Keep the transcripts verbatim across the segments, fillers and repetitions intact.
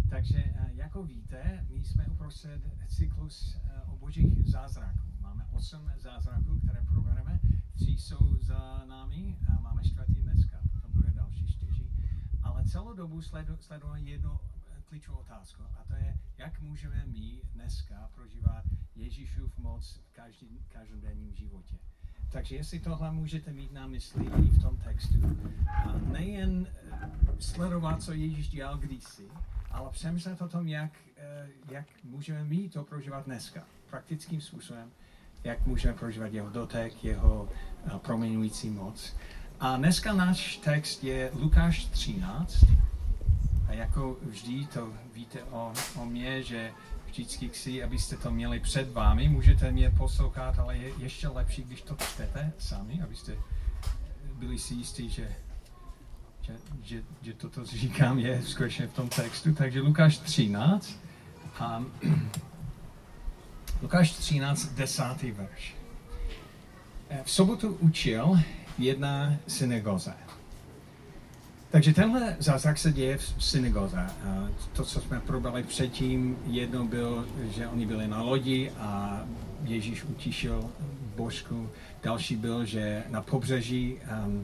Takže jako víte, my jsme uprostřed cyklus o božích zázraků. Máme osm zázraků, které probereme. Tři jsou za námi a máme čtvrtý dneska, potom bude další čtyři. Ale celou dobu sledu, sledujeme jednu klíčovou otázku a to je, jak můžeme my dneska prožívat Ježíšův moc v každý, každodenním životě. Takže jestli tohle můžete mít na mysli i v tom textu, a nejen sledovat, co Ježíš dělal kdysi, ale přemýšlet o tom, jak, jak můžeme my to prožívat dneska, praktickým způsobem, jak můžeme prožívat jeho dotek, jeho proměňující moc. A dneska náš text je Lukáš třináct. A jako vždy to víte o, o mě, že vždycky chci, abyste to měli před vámi. Můžete mě poslouchat, ale je ještě lepší, když to čtete sami, abyste byli si jistí, že, že, že, že toto, co říkám, je skutečně v tom textu. Takže Lukáš třináct. A Lukáš třináct, desátý verš. V sobotu učil jedna synagoze. Takže tenhle zázrak se děje v synagoze. To, co jsme probrali předtím, jednou byl, že oni byli na lodi a Ježíš utišil božku. Další byl, že na pobřeží um,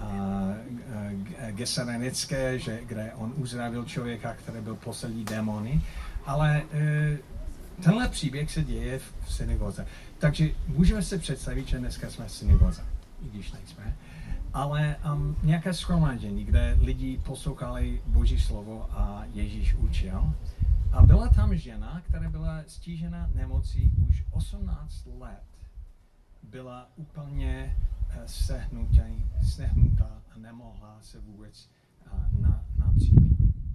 Geseranické, že, kde on uzdravil člověka, který byl posedlý démony. Ale uh, tenhle příběh se děje v synagoze. Takže můžeme si představit, že dneska jsme v synagoze, i když nejsme. Ale um, nějaké shromáždění, kde lidi poslouchali Boží slovo a Ježíš učil. A byla tam žena, která byla stížena nemocí už osmnáct let. Byla úplně uh, sehnutá, sehnutá a nemohla se vůbec uh, na, napřímit.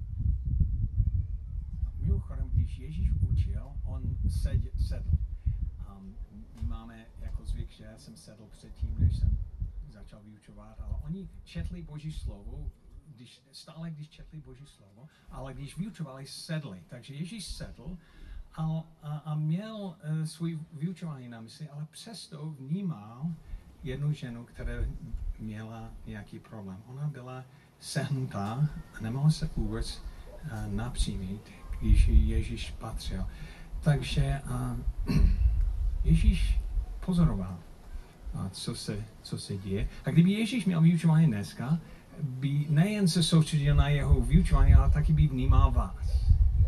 Mimochodem, když Ježíš učil, on sed, sedl. Um, my máme jako zvyk, že já jsem sedl předtím, než jsem začal vyučovat, ale oni četli Boží slovo, když, stále když četli Boží slovo, ale když vyučovali, sedli. Takže Ježíš sedl a, a, a měl uh, svůj vyučování na mysli, ale přesto vnímal jednu ženu, která měla nějaký problém. Ona byla sehnutá a nemohla se vůbec uh, napřímit, když Ježíš patřil. Takže uh, Ježíš pozoroval, a co se, co se děje. A kdyby Ježíš měl vyučování dneska, by nejen se soustředil na jeho vyučování, ale taky by vnímal vás.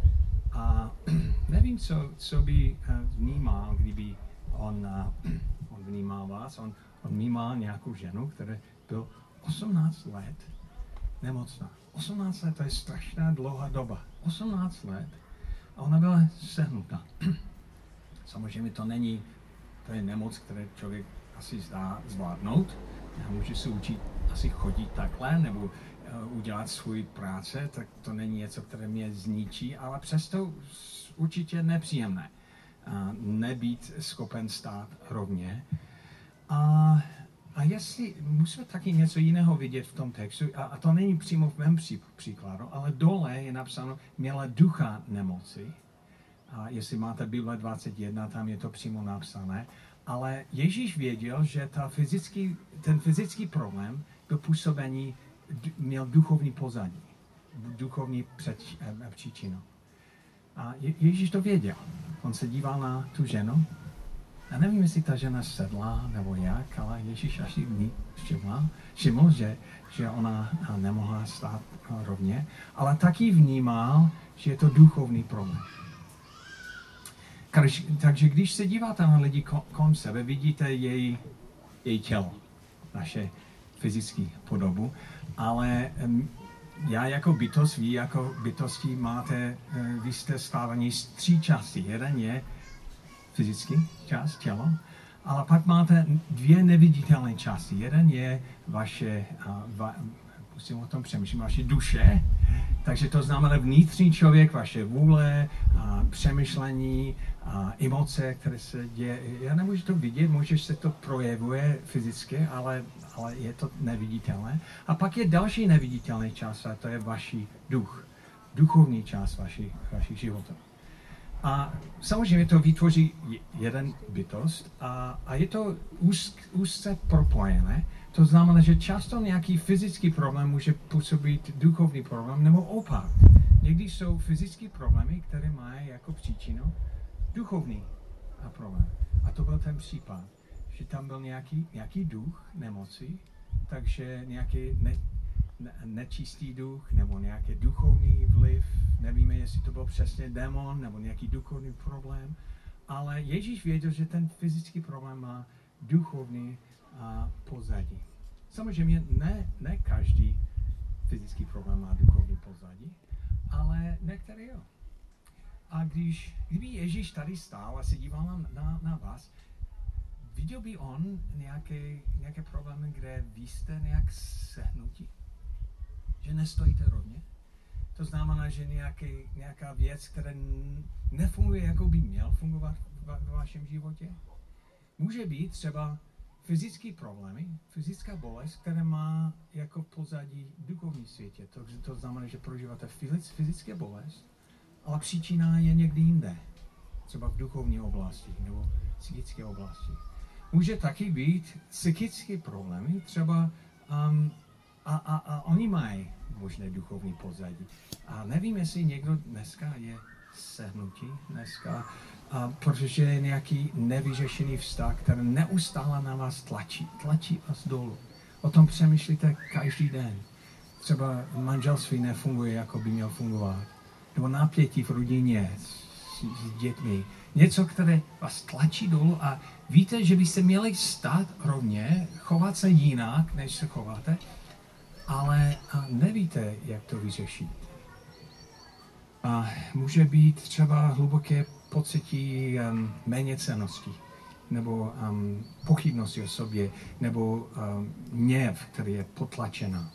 A nevím, co, co by vnímal, kdyby on, on vnímal vás. On, on vnímal nějakou ženu, která byl osmnáct let nemocná. osmnáct let, to je strašná dlouhá doba. osmnáct let a ona byla sehnutá. Samozřejmě to není, to je nemoc, které člověk asi zdá zvládnout. Já můžu se učit asi chodit takhle, nebo uh, udělat svůj práce, tak to není něco, které mě zničí, ale přesto určitě nepříjemné. Uh, nebýt schopen stát rovně. A, a jestli, musíme taky něco jiného vidět v tom textu, a, a to není přímo v mém pří, příkladu, ale dole je napsáno, měla ducha nemoci. A jestli máte Bible dvacet jedna, tam je to přímo napsané. Ale Ježíš věděl, že ta fyzický, ten fyzický problém byl působení, měl duchovní pozadí, duchovní příčinu. A Je, Ježíš to věděl. On se díval na tu ženu. Já nevím, jestli ta žena sedla nebo jak, ale Ježíš až ji všiml, všiml že, že ona nemohla stát rovně, ale taky vnímal, že je to duchovní problém. Takže když se díváte na lidi kolem sebe, vidíte její, její tělo, naše fyzické podobu, ale já jako bytost, vy jako bytosti máte, vy jste stávaní z tří částí. Jeden je fyzický část, tělo, ale pak máte dvě neviditelné části. Jeden je vaše, va, musím o tom přemýšlet, vaše duše, takže to znamená vnitřní člověk, vaše vůle, a přemýšlení, a emoce, které se děje. Já nemůžu to vidět, můžeš se to projevuje fyzicky, ale, ale je to neviditelné. A pak je další neviditelný část, a to je vaší duch, duchovní část vaší, vaší života. A samozřejmě to vytvoří jeden bytost a, a je to úzk, úzce propojené. To znamená, že často nějaký fyzický problém může působit duchovní problém nebo opak. někdy jsou fyzické problémy, které mají jako příčinu duchovní a problém. A to byl ten případ, že tam byl nějaký, nějaký duch nemoci, takže nějaký ne, ne, nečistý duch nebo nějaký duchovní vliv, nevíme, jestli to byl přesně démon nebo nějaký duchovní problém, ale Ježíš věděl, že ten fyzický problém má duchovní a pozadí. Samozřejmě ne, ne každý fyzický problém má duchovní pozadí, ale některý jo. A když, kdyby Ježíš tady stál a se díval na, na, na vás, viděl by on nějaké, nějaké problémy, kde vy jste nějak sehnutí? Že nestojíte rovně? To znamená, že nějaký, nějaká věc, která nefunguje, jako by měl fungovat v, v vašem životě? Může být třeba fyzické problémy, fyzická bolest, která má jako pozadí duchovní světě. To, to znamená, že prožíváte fyzické bolest, ale příčina je někdy jinde. Třeba v duchovní oblasti nebo psychické oblasti. Může taky být psychické problémy, třeba um, a, a, a oni mají možné duchovní pozadí. A nevím, jestli někdo dneska je sehnutí dneska, a protože je nějaký nevyřešený vztah, který neustále na vás tlačí, tlačí vás dolů. O tom přemýšlíte každý den. Třeba manželství nefunguje, jako by měl fungovat. Nebo napětí v rodině s, s dětmi. Něco, které vás tlačí dolů a víte, že byste měli stát rovně, chovat se jinak, než se chováte, ale nevíte, jak to vyřešit. A může být třeba hluboké pocití um, méněcennosti, nebo um, pochybnosti o sobě, nebo um, hněv, který je potlačená,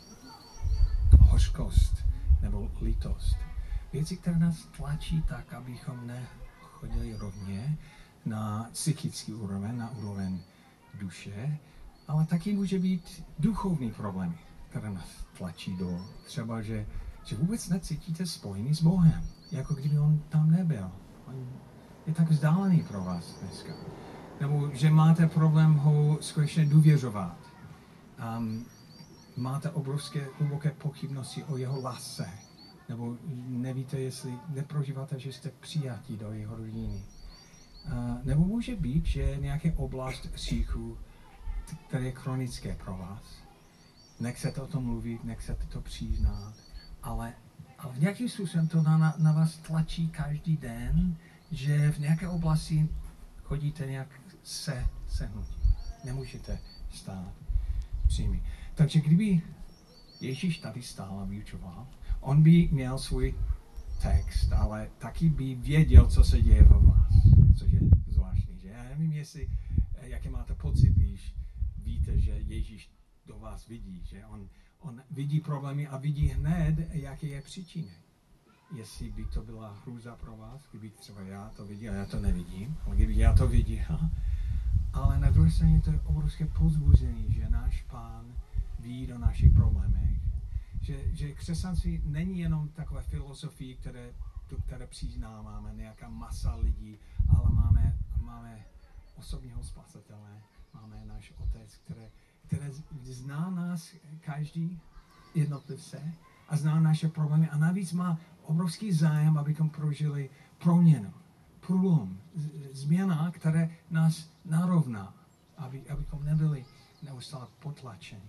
hořkost, nebo lítost. Věci, které nás tlačí tak, abychom nechodili rovně na psychický úroveň, na úroveň duše, ale taky může být duchovní problémy, které nás tlačí do třeba, že, že vůbec necítíte spojení s Bohem, jako kdyby on tam nebyl. On je tak vzdálený pro vás dneska. Nebo že máte problém ho skutečně důvěřovat. Um, máte obrovské hluboké pochybnosti o jeho lásce. Nebo nevíte, jestli neprožíváte, že jste přijatí do jeho rodiny. Uh, nebo může být, že je nějaká oblast hříchu, které je chronické pro vás. Nechcete o tom mluvit, nechcete to přiznat, ale, ale v nějakým způsobem to na, na vás tlačí každý den, že v nějaké oblasti chodíte nějak se sehnutí. Nemůžete stát přímě. Takže kdyby Ježíš tady stál a vyučoval, on by měl svůj text, ale taky by věděl, co se děje ve vás. Což je zvláštní, že? Já nevím, jestli, jaké máte pocit, když víte, že Ježíš do vás vidí, že on, on vidí problémy a vidí hned, jaké je příčiny. Jestli by to byla hrůza pro vás, kdyby třeba já to viděl, já to nevidím, ale kdyby já to viděl. Ale na druhé straně to je obrovské povzbuzení, že náš Pán ví o našich problémech. Že, že křesťanství není jenom takové filozofie, které, které přiznáváme, nějaká masa lidí, ale máme, máme osobního spasitele, máme náš Otec, které, které zná nás každý jednotlivce a zná naše problémy a navíc má obrovský zájem, abychom prožili proměnu, průlom, změna, které nás narovná, aby, abychom nebyli neustále potlačeni.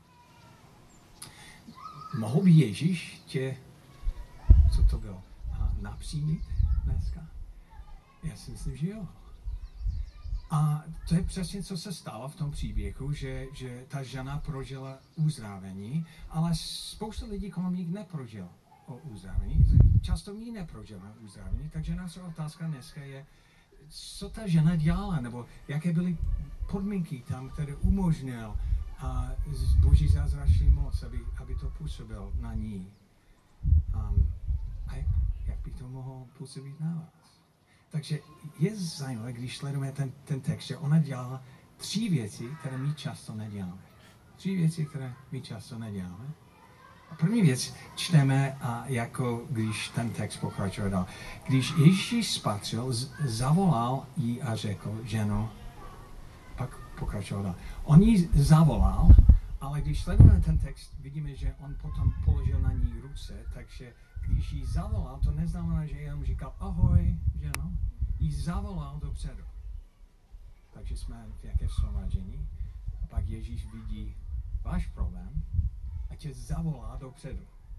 Mohl by Ježíš tě, co to bylo, napřímit dneska? Já si myslím, že jo. A to je přesně, co se stalo v tom příběhu, že, že ta žena prožila uzdravení, ale spousta lidí kolem nich neprožila o uzdravení. Často ní neprožila uzdravení, takže naše otázka dneska je, co ta žena dělala, nebo jaké byly podmínky tam, které umožnil a Boží zázračný moc, aby, aby to působil na ní. Um, a jak, jak by to mohlo působit na vás? Takže je zajímavé, když sledujeme ten, ten text, že ona dělala tři věci, které my často neděláme. Tři věci, které my často neděláme. A první věc čteme, a jako když ten text pokračuje dál. Když Ježíš spatřil, zavolal jí a řekl, ženo, pak pokračoval dál. On jí zavolal, ale když sledujeme ten text, vidíme, že on potom položil na ní ruce, takže když jí zavolal, to neznamená, že jenom říkal ahoj, ženo, jí zavolal dopředu. Takže jsme v jaké shromáždění a pak Ježíš vidí váš problém a tě zavolá dopředu.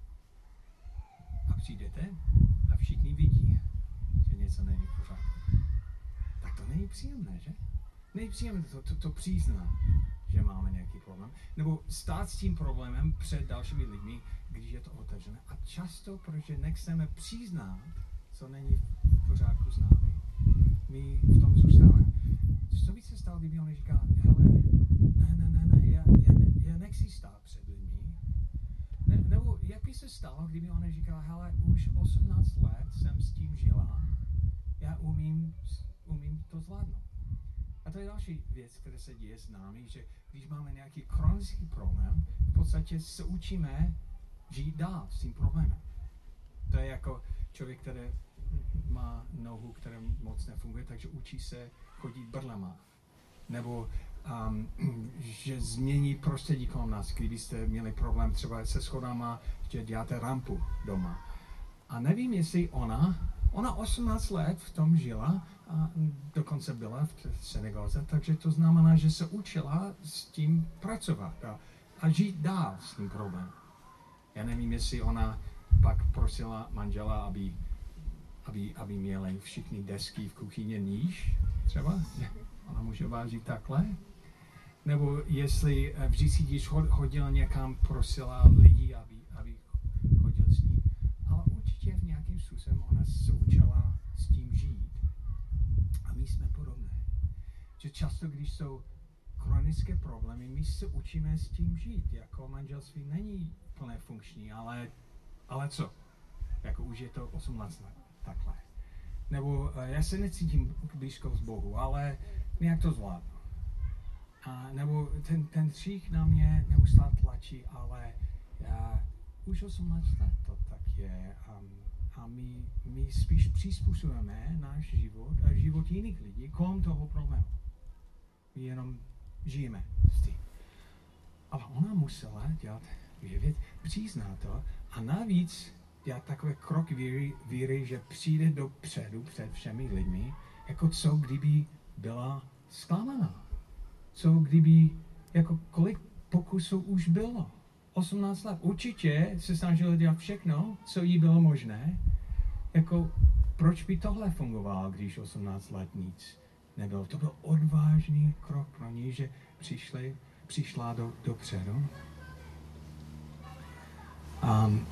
A přijdete a všichni vidí, že něco není v pořádku. Tak to není příjemné, že? Není příjemné to, to, to přiznat, že máme nějaký problém. Nebo stát s tím problémem před dalšími lidmi, když je to otevřené. A často, protože nechceme přiznat, co není v pořádku s námi, my v tom zůstáváme. Co by se stalo, kdyby on říkal, hele, ne, ne, ne, ne, já, já, já nechci stát před lidmi. Ne, nebo jak by se stalo, kdyby on říkal, hele, už osmnáct let jsem s tím žila, já umím, umím to zvládnout. A to je další věc, která se děje s námi, že když máme nějaký chronický problém, v podstatě se učíme žít dál s tím problémem. To je jako člověk, který má nohu, která moc nefunguje, takže učí se chodit brlema. Nebo um, že změní prostředí kolem nás, kdybyste měli problém třeba se schodama, že děláte rampu doma. A nevím, jestli ona, ona osmnáct let v tom žila a dokonce byla v Senegalze, takže to znamená, že se učila s tím pracovat a, a žít dál s tím problémem. Já nevím, jestli ona pak prosila manžela, aby, aby, aby měli všichni desky v kuchyni níž, třeba. Ona může vážit takhle. Nebo jestli vždycky, když chodila někam, prosila lidi, aby, aby chodil s ní. Ale určitě v nějakým způsobem ona se učila s tím žít. A my jsme podobné. Že často, když jsou chronické problémy, my se učíme s tím žít. Jako manželství není plně funkční, ale, ale co? Jako už je to osmnáct let, takhle. Nebo já se necítím blízko s Bohu, ale nějak to zvládnu. A nebo ten, ten střih na mě neustále tlačí, ale já už osmnáct let to tak je. A, a my, my spíš přizpůsobujeme náš život a život jiných lidí kolem toho problému. My jenom žijeme s tím. Ale ona musela dělat vědět, přiznat to a navíc dělat takový krok víry, víry, že přijde dopředu před všemi lidmi, jako co kdyby byla zklamaná. Co kdyby, jako kolik pokusů už bylo? osmnáct let. Určitě se snažila dělat všechno, co jí bylo možné. Jako, proč by tohle fungovalo, když osmnáct let nic nebylo? To byl odvážný krok pro ní, že přišli, přišla do, dopředu. Um,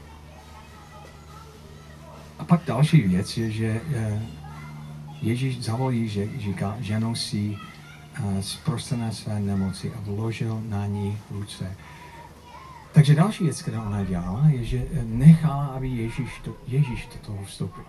a pak další věc je, že uh, Ježíš zavolí, že říká, ženou si uh, zprostené své nemoci a vložil na ní ruce. Takže další věc, kterou ona dělala, je, že nechala, aby Ježíš do, Ježíš do toho vstoupil.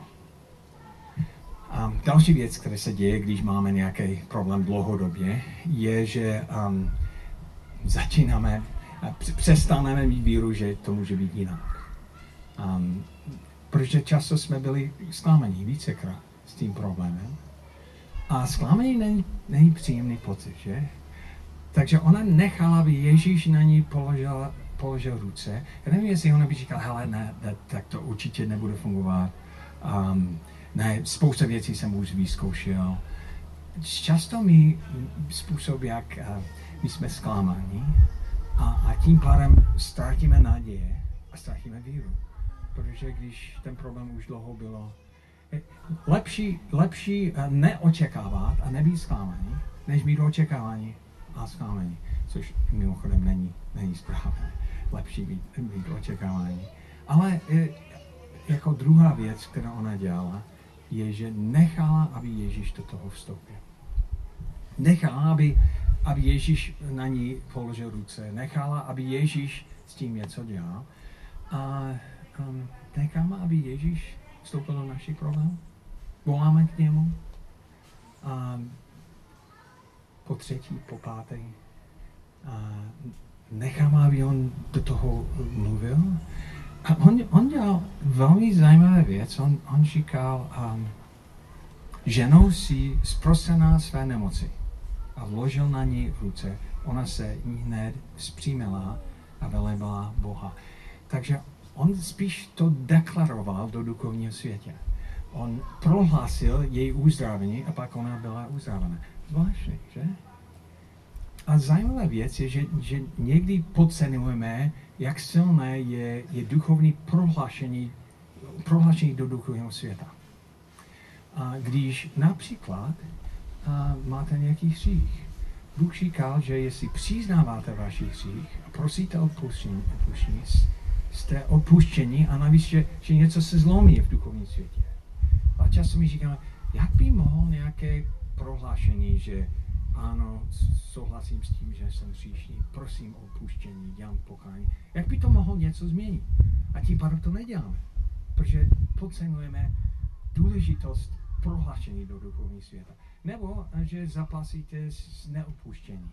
A další věc, která se děje, když máme nějaký problém dlouhodobě, je, že um, začínáme, přestaneme mít víru, že to může být jinak. Um, protože často jsme byli zklamaní vícekrát s tím problémem. A zklamání není, není příjemný pocit, že? Takže ona nechala, aby Ježíš na ní položil, položil ruce. Já nevím, jestli ona by říkala, hele, ne, ne, tak to určitě nebude fungovat. Um, ne, spousta věcí jsem už vyzkoušel. Často mi způsob, jak uh, my jsme zklamáni a, a tím pádem ztratíme naděje a ztratíme víru. Protože když ten problém už dlouho bylo, lepší, lepší uh, neočekávat a nebýt zklamaní, než mít očekávání a zklamání, což mimochodem není, není správné. Lepší být, být očekávání. Ale e, jako druhá věc, kterou ona dělala, je, že nechala, aby Ježíš do toho vstoupil. Nechala, aby, aby Ježíš na ní položil ruce. Nechala, aby Ježíš s tím něco dělal. A um, necháme, aby Ježíš vstoupil do našich problémů. Voláme k němu. A po třetí, po páté. A necháme, aby on do toho mluvil. A on, on dělal velmi zajímavé věc. On, on říkal, um, ženou si zprostená své nemoci a vložil na ní ruce. Ona se hned vzpřímila a velebila Boha. Takže On spíš to deklaroval do duchovního světa. On prohlásil její uzdravení a pak ona byla uzdravena. Zvláštní, že? A zajímavá věc je, že, že někdy podceňujeme, jak silné je, je duchovní prohlášení, prohlášení do duchovního světa. A když například a máte nějaký hřích, Bůh říkal, že jestli přiznáváte vaši hřích a prosíte odpuštění, odpuštění, jste odpuštění a navíc, že, že něco se zlomí v duchovním světě. A často mi říkáme, jak by mohl nějaké prohlášení, že ano, souhlasím s tím, že jsem hříšný, prosím o odpuštění, dělám pokání. Jak by to mohlo něco změnit? A tím pádem to neděláme, protože podceňujeme důležitost prohlášení do duchovního světa. Nebo, že zapasíte s neodpuštění.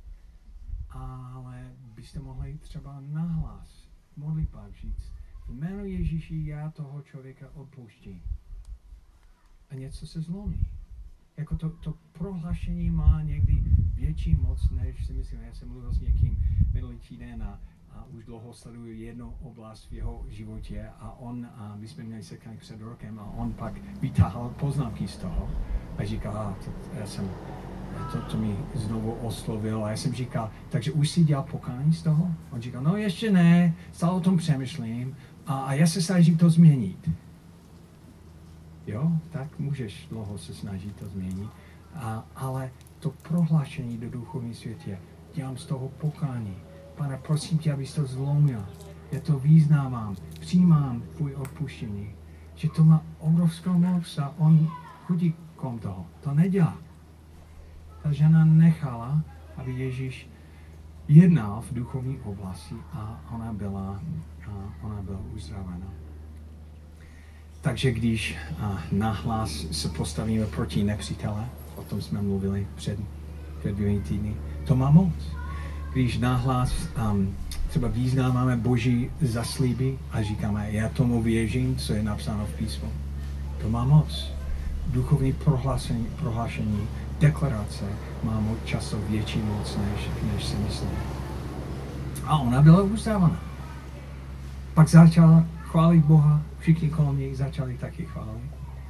Ale byste mohli třeba nahlas modlit pak říct, jméno Ježíši, já toho člověka odpouštím. A něco se zlomí. Jako to, to prohlášení má někdy větší moc, než si myslím. Já jsem mluvil s někým minulý týden a, a už dlouho sleduju jednu oblast v jeho životě a on, a my jsme měli setkání před rokem a on pak vytáhl poznámky z toho a říkal, a to, já jsem, to, to mi znovu oslovil a já jsem říkal, takže už si dělal pokání z toho? On říkal, no ještě ne, stále o tom přemýšlím a, a já se snažím to změnit. Jo, tak můžeš dlouho se snažit to změnit, a, ale to prohlášení do duchovního světa, dělám z toho pokání. Pane, prosím tě, abys to zlomil. Já to vyznávám, přijímám tvůj odpuštění. Že to má obrovskou moc a on chodí kolem toho. To nedělá. Ta žena nechala, aby Ježíš jednal v duchovní oblasti a ona byla, a ona byla uzdravena. Takže když a, nahlas se postavíme proti nepřítele, o tom jsme mluvili před, před dvěmi týdny, to má moc. Když nahlas um, třeba vyznáváme Boží zaslíby a říkáme, já tomu věřím, co je napsáno v písmu, to má moc. Duchovní prohlášení, prohlášení deklarace má moc často větší moc, než, než si myslíme. A ona byla uzdravena. Pak začala chválit Boha, všichni kolem něj začali taky chválit.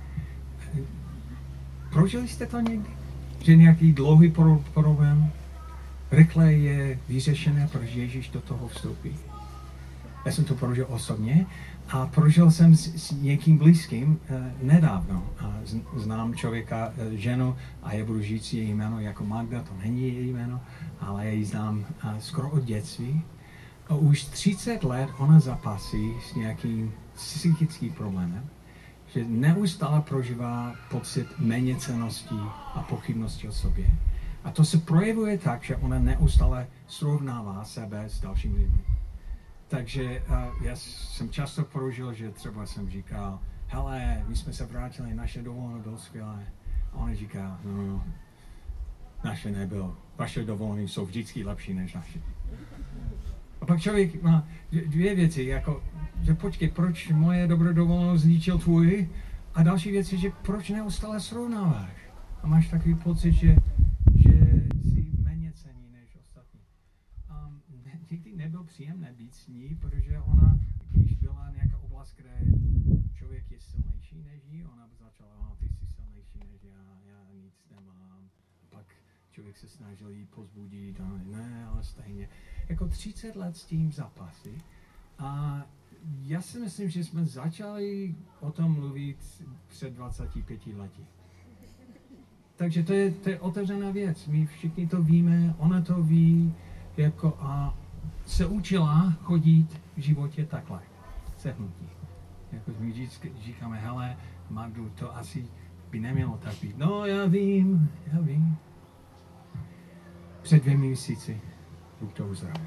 Prožili jste to někdy? Že nějaký dlouhý problém rychle je vyřešené, protože Ježíš do toho vstoupí. Já jsem to prožil osobně a prožil jsem s, s někým blízkým eh, nedávno. A z, znám člověka, eh, ženu a já budu říct její jméno jako Magda, to není její jméno, ale já ji znám eh, skoro od dětství. A už třicet let ona zapasí s nějakým psychickým problémem, že neustále prožívá pocit méněcennosti a pochybnosti o sobě. A to se projevuje tak, že ona neustále srovnává sebe s dalšími lidmi. Takže uh, já jsem často prožil, že třeba jsem říkal, hele, my jsme se vrátili, naše dovolené bylo skvělé. A ona říká, no, no, naše nebylo, vaše dovolené jsou vždycky lepší než naše. A pak člověk má dvě věci, jako, že počkej, proč moje dobrodovolnost zničil tvůj? A další věc je, že proč neustále srovnáváš? A máš takový pocit, že, že jsi méně cenný než ostatní. A ne, někdy nebyl příjemné být s ní, protože ona, když byla nějaká oblast, kde člověk je silnější než jí, ona by začala, oh, ty jsi silnější než já, já nic nemám. A pak člověk se snažil jí pozbudit, a ne, ale stejně. Jako třicet let s tím zapasy. A já si myslím, že jsme začali o tom mluvit před dvaceti pěti lety. Takže to je, to je otevřená věc. My všichni to víme, ona to ví, jako a se učila chodit v životě takhle. Sehnutí. Jako my vždycky říkáme, hele, Magdu, to asi by nemělo tak být. No, já vím, já vím. Před dvěmi měsíci Bůh to uzdravil.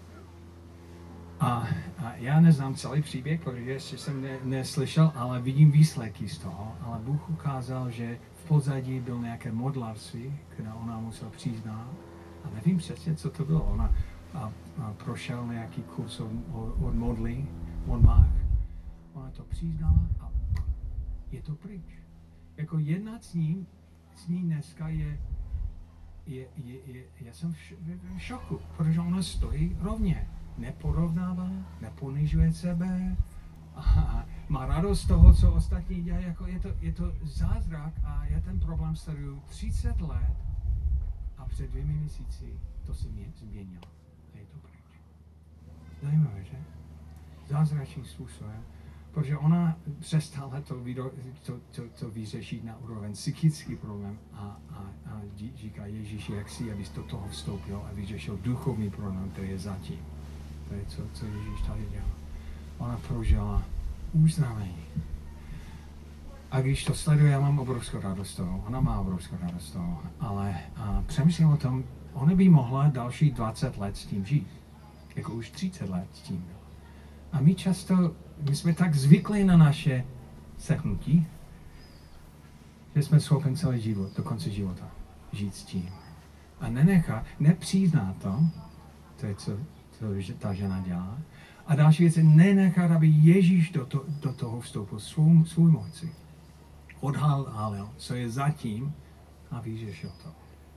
A, a já neznám celý příběh, protože jsem ne, neslyšel, ale vidím výsledky z toho. Ale Bůh ukázal, že v pozadí byl nějaké modlarství, které ona musela přiznat. A nevím přesně, co to bylo. Ona a, a prošel nějaký kurz od, od modlí, modlách. Ona to přiznala a je to pryč. Jako jednat s ním, s ní dneska je, je, je, je já jsem v šoku, protože ona stojí rovně. neporovnává, neponižuje sebe a má radost z toho, co ostatní dělají. Jako je, to, je to zázrak a já ten problém sleduju třicet let a před dvěmi měsíci to se mě změnilo. A je to pryč. Zajímavé, že? Zázračným způsobem. Protože ona přestala to, to, to, to vyřešit na úroveň psychický problém a, a, a říká Ježíši, jak si, abys do toho vstoupil a vyřešil duchovní problém, který je zatím. To je co, co Ježíš tady dělá. Ona prožila uzdravení. A když to sleduje, já mám obrovskou radost z toho. Ona má obrovskou radost z toho. Ale a přemýšlím o tom, ona by mohla další dvacet let s tím žít. Jako už třicet let s tím. A my často, my jsme tak zvyklí na naše sechnutí, že jsme schopni celý život, do konce života, žít s tím. A nenechá, nepřizná to, to je co, co ta žena dělá. A další věc je nenechat, aby Ježíš do, to, do toho vstoupil svou, svou moci. Odhalil, co je zatím a vyřešil to.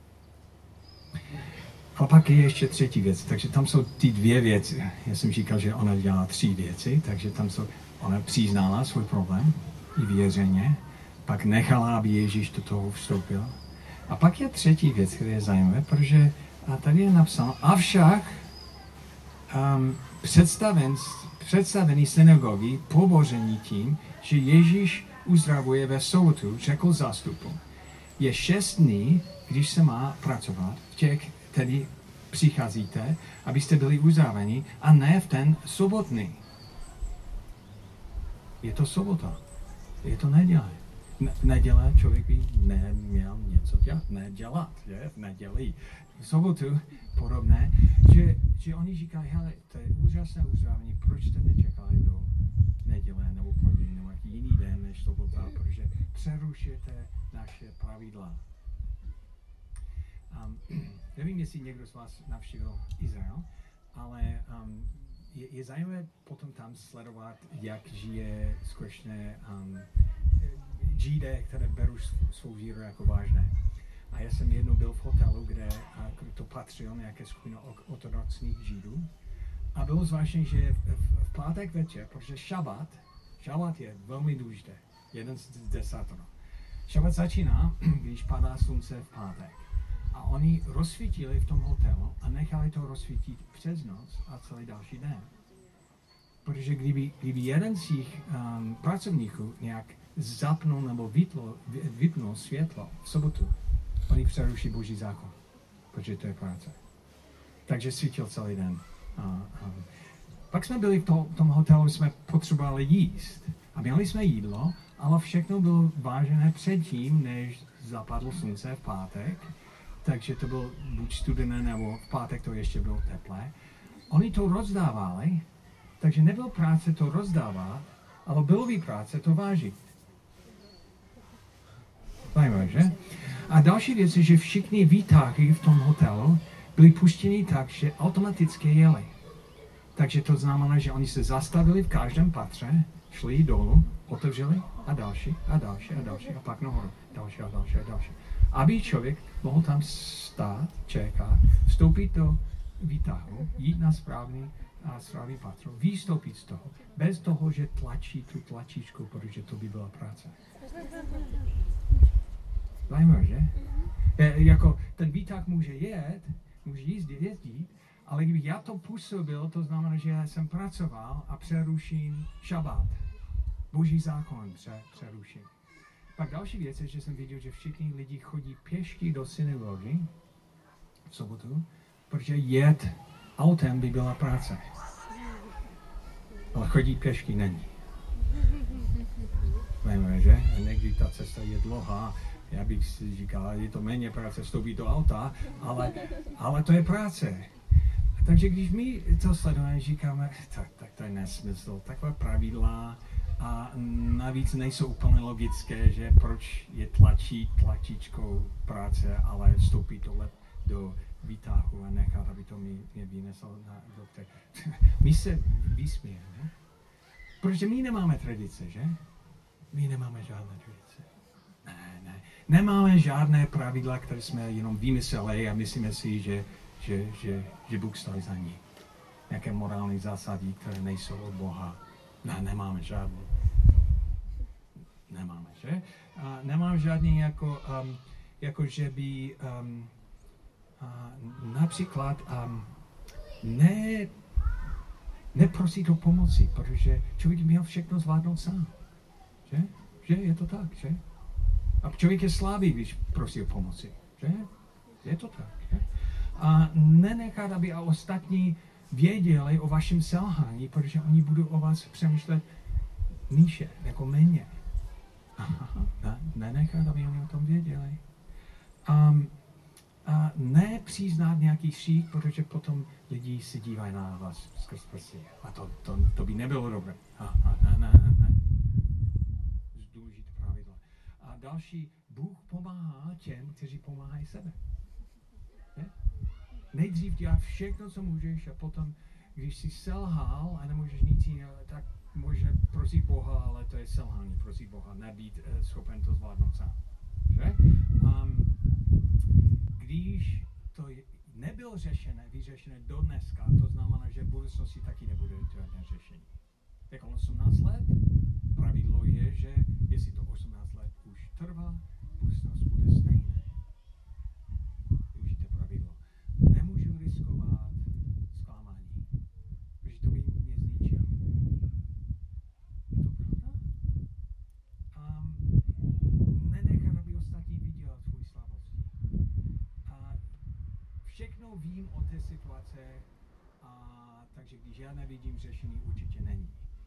A pak je ještě třetí věc, takže tam jsou ty dvě věci. Já jsem říkal, že ona dělá tři věci, takže tam jsou, ona přiznala svůj problém i věřeně, pak nechala, aby Ježíš do toho vstoupil. A pak je třetí věc, která je zajímavá, protože a tady je napsáno, avšak um, představen, představený synagogy poboření tím, že Ježíš uzdravuje ve sobotu, řekl zástupu. Je šest dní, když se má pracovat, v těch tedy přicházíte, abyste byli uzdraveni, a ne v ten sobotný. Je to sobota. Je to neděle. V neděle člověk by neměl něco dělat, nedělat, že? V neděli. V sobotu podobné, že, že oni říkají, hele, to je úžasné uzdravení, proč jste nečekali do neděle nebo pondělí nebo jaký jiný den než sobota, protože přerušujete naše pravidla. Um, nevím, jestli někdo z vás navštívil Izrael, ale um, je, je zajímavé potom tam sledovat, jak žije skutečně um, Židé, které berou svou víru jako vážné. A já jsem jednou byl v hotelu, kde to patřilo nějaké skupině ortodoxních Židů. A bylo zvláštní, že v, v, v pátek večer, protože šabat, šabat je velmi důležité, jeden z desátero. Šabat začíná, když padá slunce v pátek. A oni rozsvítili v tom hotelu a nechali to rozsvítit přes noc a celý další den. Protože kdyby, kdyby jeden z těch um, pracovníků nějak zapnul nebo vypnul, vypnul světlo v sobotu, oni přeruší Boží zákon, protože to je práce. Takže svítil celý den. A, a pak jsme byli v to, tom hotelu, jsme potřebovali jíst. A měli jsme jídlo, ale všechno bylo vážené předtím, než zapadlo slunce v pátek. Takže to bylo buď studené, nebo v pátek to ještě bylo teplé. Oni to rozdávali, takže nebylo práce to rozdávat, ale bylo by práce to vážit. Zajímavé, že? A další věc je, že všichni výtahy v tom hotelu byly puštěny tak, že automaticky jeli. Takže to znamená, že oni se zastavili v každém patře, šli dolů, otevřeli a další, a další, a další, a pak nahoru, další, a další, a další. Aby člověk mohl tam stát, čekat, vstoupit do výtahu, jít na správný, a správný patro, vystoupit z toho, bez toho, že tlačí tu tlačíčku, protože to by byla práce. Zajímavé, že? Je, jako ten výtah může jet, může jízdit, jezdit, ale kdybych já to působil, to znamená, že já jsem pracoval a přeruším šabát. Boží zákon pře, přeruším. Pak další věc je, že jsem viděl, že všichni lidi chodí pěšky do synagogy v sobotu, protože jet autem by byla práce. Ale chodí pěšky není. Zajímavé, že? A někdy ta cesta je dlouhá. Já bych si říkal, je to méně práce vstoupit do auta, ale, ale to je práce. Takže když my to sledujeme, říkáme, tak, tak to je nesmysl, taková pravidla a navíc nejsou úplně logické, že proč je tlačí tlačičkou práce, ale vstoupí tohle do výtahu a nechat, aby to mě, mě vyneslo na doktor. My se vysmějeme, protože my nemáme tradice, že? My nemáme žádné tradice. Ne, ne. Nemáme žádné pravidla, které jsme jenom vymysleli a myslíme si, že, že, že, že Bůh stojí za ní. nějaké morální zásady, které nejsou od Boha. Ne, nemáme žádný. Nemáme, že? A nemám žádný jako, um, jako že by um, uh, například um, ne, neprosit o pomoci, protože člověk měl všechno zvládnout sám. Že? Že? Je to tak, že? A člověk je slabý, když prosí o pomoci. Že? Je to tak, že? A nenechat, aby ostatní věděli o vašem selhání, protože oni budou o vás přemýšlet níže, jako méně. Aha, ne, nenechat, aby oni o tom věděli. Um, a ne přiznat nějaký šík, protože potom lidi se dívají na vás skrz prsty. A to, to, to by nebylo dobré. Aha, ne, ne, ne, ne. Důležité pravidla. A další, Bůh pomáhá těm, kteří pomáhají sebe. Je? Nejdřív dělat všechno, co můžeš, a potom, když jsi selhal a nemůžeš nic jiného, tak může prosit Boha, ale to je selhání, prosit Boha, nebýt uh, schopen to zvládnout sám. Že? Um, když to nebylo řešené, vyřešené do dneska, to znamená, že v budoucnosti taky nebude žádné řešení. Jako osmnáct let, pravidlo je, že jestli to osmnáct let už trvá, budoucnost bude stejné. Využijte pravidlo. Nemůžu riskovat zklamání, protože to by mě zničilo. Je to pravda? Um, nenechat, aby ostatní viděli tvůj slabosti. A všechno vím o té situace, a takže když já nevidím řešení, určitě není.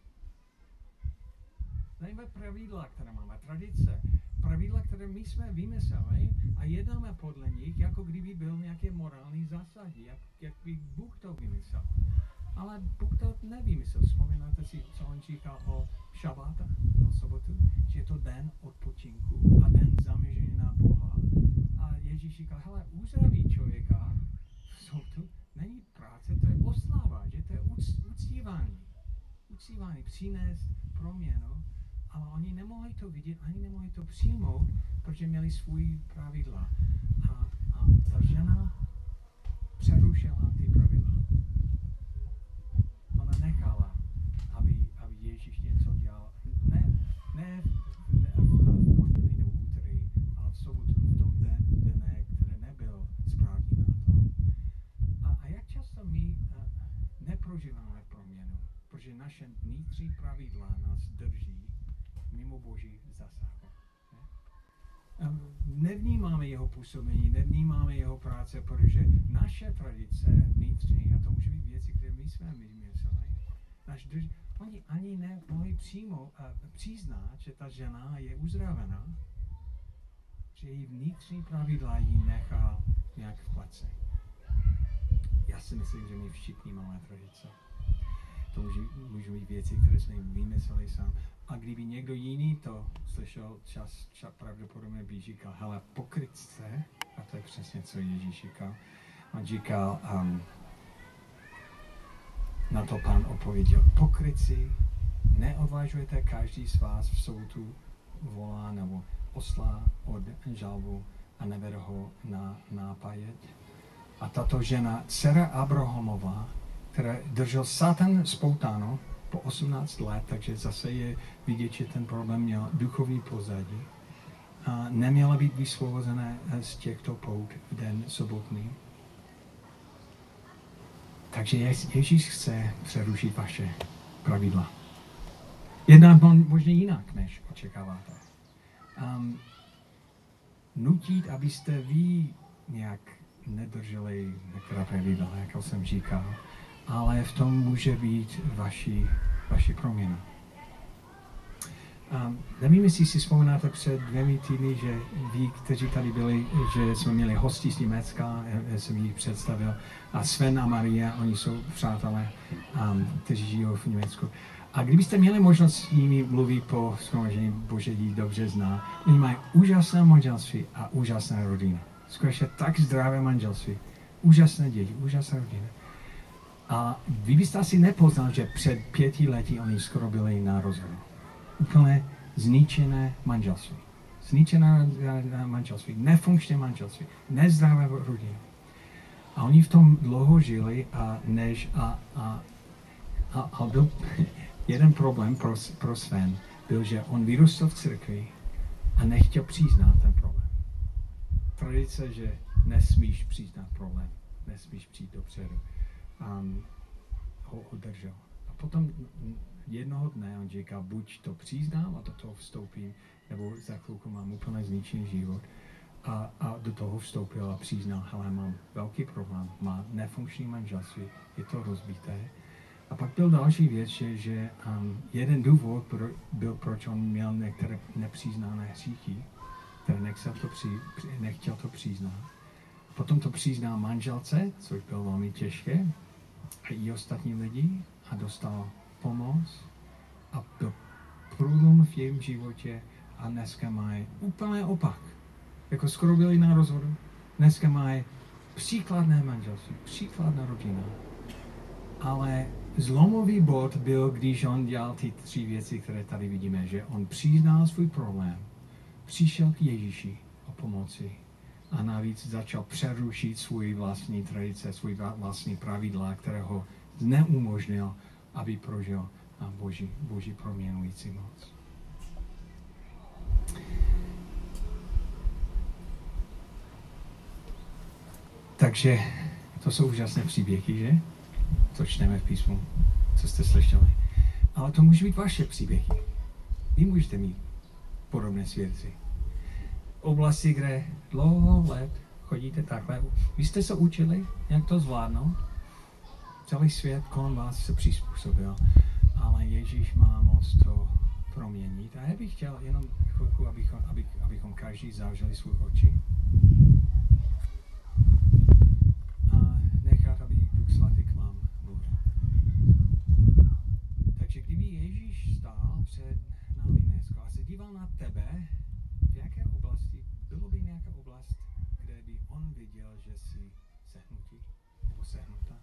Zajímavé pravidla, které máme, tradice, pravidla, které my jsme vymysleli a jednáme podle nich, jako kdyby byl nějaké morální zásady, jak, jak by Bůh to vymyslel. Ale Bůh to nevymyslel. Vzpomínáte si, co on říkal o šabáta, o sobotu? Že je to den odpočinku a den zaměřený na Boha. A Ježíš říkal, hele, uzdraví člověka v sobotu není práce, to je oslava, že to je uctívání. Uctívání, přinést proměnu, ale oni nemohli to vidět, ani nemohli to přijmout, protože měli svůj pravidla. A, a ta žena přerušila ty pravidla. Ona nechala, aby, aby Ježíš něco dělal. Ne, ne, ne v pondělí nebo úterý, ale v sobotu, v tom den, dne, který nebyl správný na to. A, a jak často my uh, neprožíváme proměnu, protože naše vnitřní pravidla nás drží mimo Boží zásahu. Ne? Um, nevnímáme jeho působení, nevnímáme jeho práce, protože naše tradice vnitřní, a to může být věci, které my jsme vymysleli, naš drž, oni ani nemohli přijmout, uh, přiznat, že ta žena je uzdravená, že její vnitřní pravidla ji nechá nějak v place. Já si myslím, že my všichni máme tradice. To můžou být věci, které jsme vymysleli sám. A kdyby někdo jiný to slyšel, čas, čas pravděpodobně by říkal, hele, pokrytce, a to je přesně, co Ježíš říkal. On říkal, um, na to Pán odpověděl, pokrytci, neodvážujete každý z vás v sobotu volá nebo poslá od žalbu a nevede ho na nápajet. A tato žena, dcera Abrahamova, která držel Satan spoutáno po osmnáct let, takže zase je vidět, že ten problém měl duchovní pozadí, a neměla být vysvobozená z těchto pout v den sobotní. Takže Ježíš chce přerušit vaše pravidla. Jedná možná jinak, než očekáváte. Um, nutit, abyste vy nějak nedrželi některá pravidla, jak jsem říkal, ale v tom může být vaši, vaši proměna. Um, nevím, jestli si vzpomínáte před dvěmi týdny, že vy, kteří tady byli, že jsme měli hosti z Německa, já jsem jich představil, a Sven a Maria, oni jsou přátelé, um, kteří žijou v Německu. A kdybyste měli možnost s nimi mluvit po shromaždění, Bože jí dobře zná, oni mají úžasné manželství a úžasné rodiny. Skutečně tak zdravé manželství, úžasné děti, úžasné rodiny. A vy byste asi nepoznal, že před pěti lety oni skoro byli na rozhodu. Úplně zničené manželství. Zničené manželství, nefunkčné manželství, nezdravé rodiny. A oni v tom dlouho žili a než a, a, a, a byl jeden problém pro, pro Sven, byl, že on vyrostl v církvi a nechtěl přiznat ten problém. Tradice, že nesmíš přiznat problém, nesmíš přijít dopředu. Um, ho udržel. A potom jednoho dne on říká, buď to přiznám a do toho vstoupím, nebo za chvilku mám úplně zničený život. A, a do toho vstoupil a přiznal, hele, mám velký problém, má nefunkční manželství, je to rozbité. A pak byl další věc, že, že um, jeden důvod pro, byl, proč on měl některé nepřiznané hříchy, které nechtěl to, při, nechtěl to přiznat. Potom to přiznal manželce, což bylo velmi těžké, a i ostatní lidi, a dostal pomoc a byl průlom v jejím životě a dneska mají úplně opak. Jako skoro byli na rozhodu. Dneska mají příkladné manželství, příkladná rodina. Ale zlomový bod byl, když on dělal ty tři věci, které tady vidíme, že on přiznal svůj problém, přišel k Ježíši o pomoci a navíc začal přerušit svůj vlastní tradice, svůj vlastní pravidla, které ho neumožnil, aby prožil boží, boží proměňující moc. Takže to jsou úžasné příběhy, že? Co čteme v písmu, co jste slyšeli. Ale to může být vaše příběhy. Vy můžete mít podobné svědci. Oblasti, kde dlouho let chodíte takhle. Vy jste se učili, jak to zvládnout. Celý svět kolem vás se přizpůsobil, ale Ježíš má moc to proměnit. A já bych chtěl jenom chvilku, abychom, aby, abychom každý zavřeli svůj oči. A nechat, aby Duch Svatý k vám mluvil. Takže kdyby Ježíš stál před námi dneska a se díval na tebe, v jaké oblasti, bylo by nějaká oblast, kde by on viděl, že jsi sehnutý nebo sehnutá?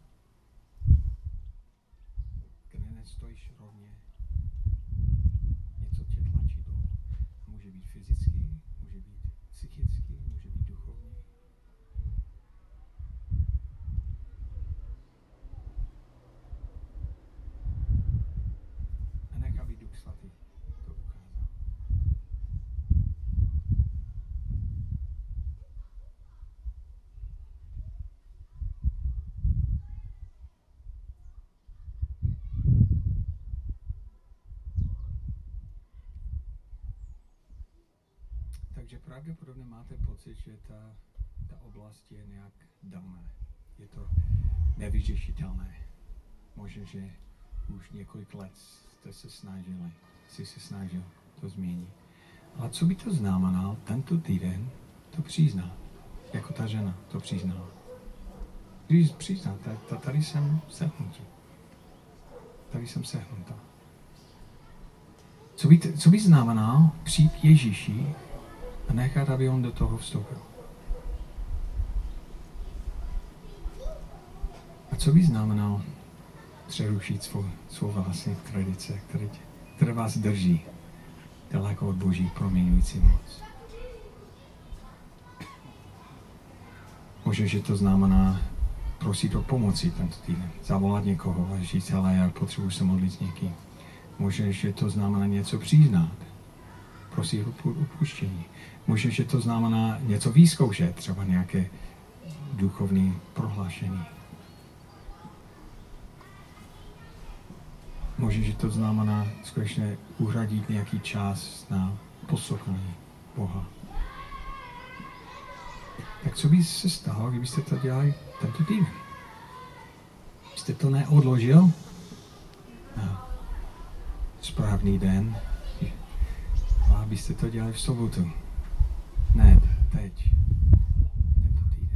Kde nestojíš rovně, něco tě tlačí dolů. Může být fyzický, může být psychický, může být duchovní. A nech, aby Duch Svatý to ukázal. Takže pravděpodobně máte pocit, že ta, ta oblast je nějak dávná. Je to nevyřešitelné. Možná, že už několik let jste se snažili, jsi se snažil to změnit. Ale co by to znamenalo tento týden to přiznat? Jako ta žena to přiznala. Když přiznat, tady jsem sehnutý. Tady jsem sehnutá. Co by, co by znamenalo přijít k Ježíši a nechat, aby on do toho vstoupil? A co by znamenalo přerušit svou, svou vlastní tradice, které, které vás drží daleko od Boží proměňující moc? Možná, že to znamená prosit o pomoci tento týden, zavolat někoho a říct, ale já potřebuji se modlit s někým. Možná, že to znamená něco přiznat, prosit o odpuštění. Možná, že to znamená něco vyzkoušet, třeba nějaké duchovní prohlášení. Možná, že to znamená skutečně uhradit nějaký čas na poslouchání Boha. Tak co by se stalo, kdybyste to dělali tento týden? Jste to neodložil na správný den, a abyste to dělali v sobotu. Ne, teď. Tento týden.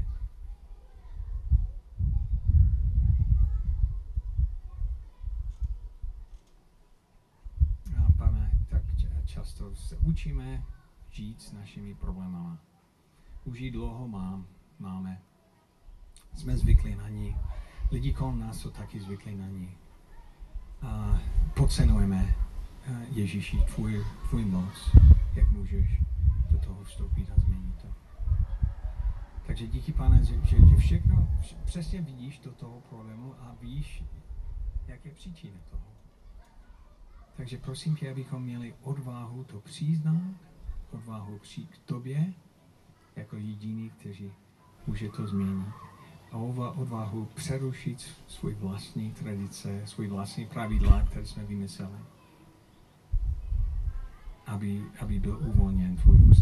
A pane, tak často se učíme žít s našimi problémama. Už ji dlouho mám, máme. Jsme zvyklí na ní. Lidi kolem nás jsou taky zvyklí na ní. A podcenujeme Ježíši, tvůj, tvůj moc, jak můžeš do toho vstoupit a změnit to. Tak Takže díky, Pane, že, že, že všechno, vš- přesně vidíš do toho problému a víš, jak je příčina toho. Takže prosím tě, abychom měli odvahu to přiznat, odvahu přijít k tobě, jako jediný, kteří může to změnit. A odvahu přerušit svůj vlastní tradice, svůj vlastní pravidla, které jsme vymysleli. Aby, aby byl uvolněn tvůj úřad.